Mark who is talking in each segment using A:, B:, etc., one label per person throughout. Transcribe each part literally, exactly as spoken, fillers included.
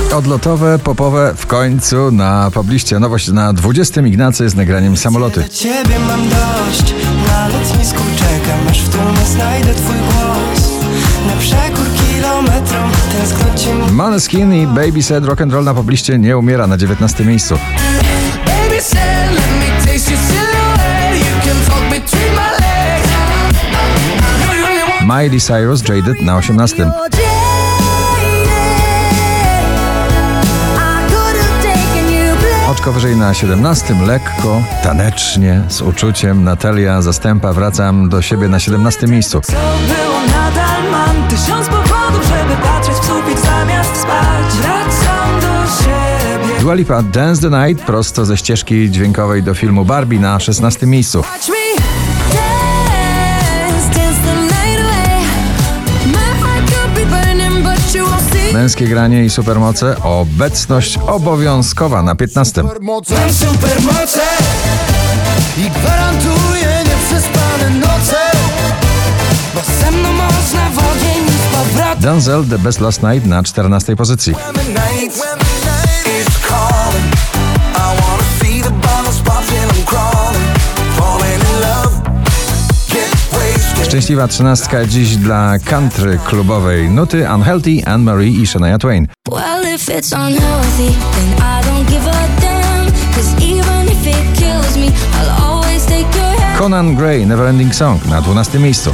A: Odlotowe, popowe w końcu na pobliście. Nowość na dwudziestym Ignacy z nagraniem Samoloty.
B: Ciebie mam dość, na lotnisku czekam, aż w tłumie znajdę twój głos. Na przekór kilometrom tęsknocie.
A: Måneskin i Baby Said Rock'n'Roll na pobliście nie umiera na dziewiętnastym miejscu. Miley Cyrus Jaded na osiemnastym. Oczko wyżej na siedemnastym, lekko, tanecznie, z uczuciem Natalia Zastępa Wracam do siebie na siedemnastym miejscu.
C: Co było, nadal mam tysiąc powodów, żeby patrzeć w sufit zamiast spać. Wracam do siebie.
A: Dua Lipa Dance the Night prosto ze ścieżki dźwiękowej do filmu Barbie na szesnastym miejscu. Męskie granie i supermoce, obecność obowiązkowa na piętnastym.
B: Mam supermoce i gwarantuję nieprzespane noce, bo ze mną można w ogień i z powrotem.
A: Denzel The Best Last Night na czternastej pozycji. Szczęśliwa trzynastka dziś dla country klubowej nuty Unhealthy, Anne Marie i Shania Twain. Conan Gray Neverending Song na dwunastym miejscu.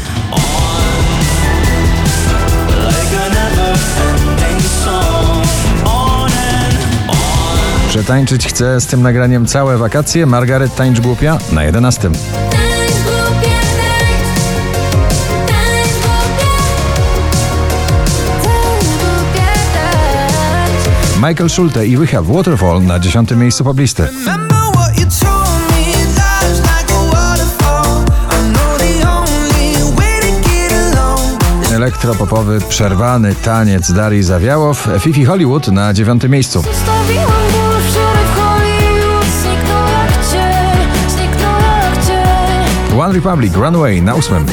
A: Przetańczyć chcę z tym nagraniem całe wakacje. Margaret Tańcz Głupia na jedenastym. Michael Schulte i We Have Waterfall na dziesiątym miejscu poblisty. Elektropopowy przerwany taniec Darii Zawiałow, Fifi Hollywood na dziewiątym miejscu. One Republic Runaway na ósmym.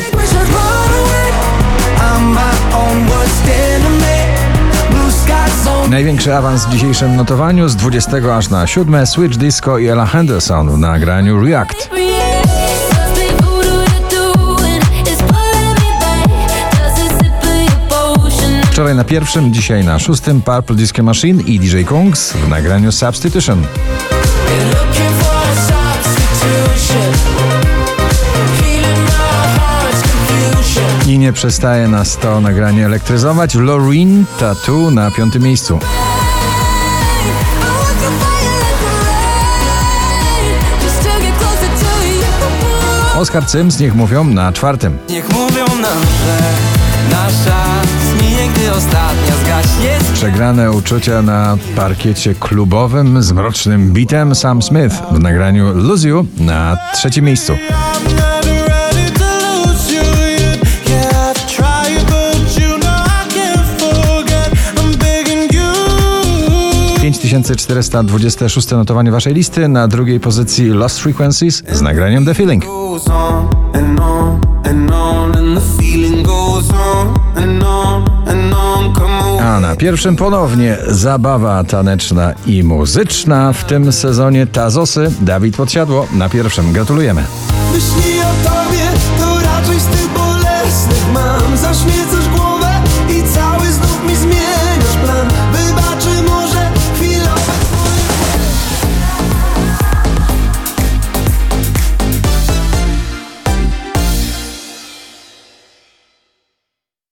A: Największy awans w dzisiejszym notowaniu z dwudziestego aż na siódme Switch Disco i Ella Henderson w nagraniu React. Wczoraj na pierwszym, dzisiaj na szóstym Purple Disco Machine i D J Kungs w nagraniu Substitution. I nie przestaje nas to nagranie elektryzować. Loreen Tattoo na piątym miejscu. Oskar Cyms, Niech mówią na czwartym.
B: Niech mówią nam, że nasza zmije, gdy ostatnia zgaśnie.
A: Przegrane uczucia na parkiecie klubowym z mrocznym bitem Sam Smith w nagraniu Lose You na trzecim miejscu. pięć tysięcy czterysta dwadzieścia sześć notowanie waszej listy, na drugiej pozycji Lost Frequencies z nagraniem The Feeling. A na pierwszym ponownie zabawa taneczna i muzyczna w tym sezonie Tazosy. Dawid Podsiadło na pierwszym. Gratulujemy.
B: Myśli o tobie, to raczej z tych bolesnych mam. Zaśmiecasz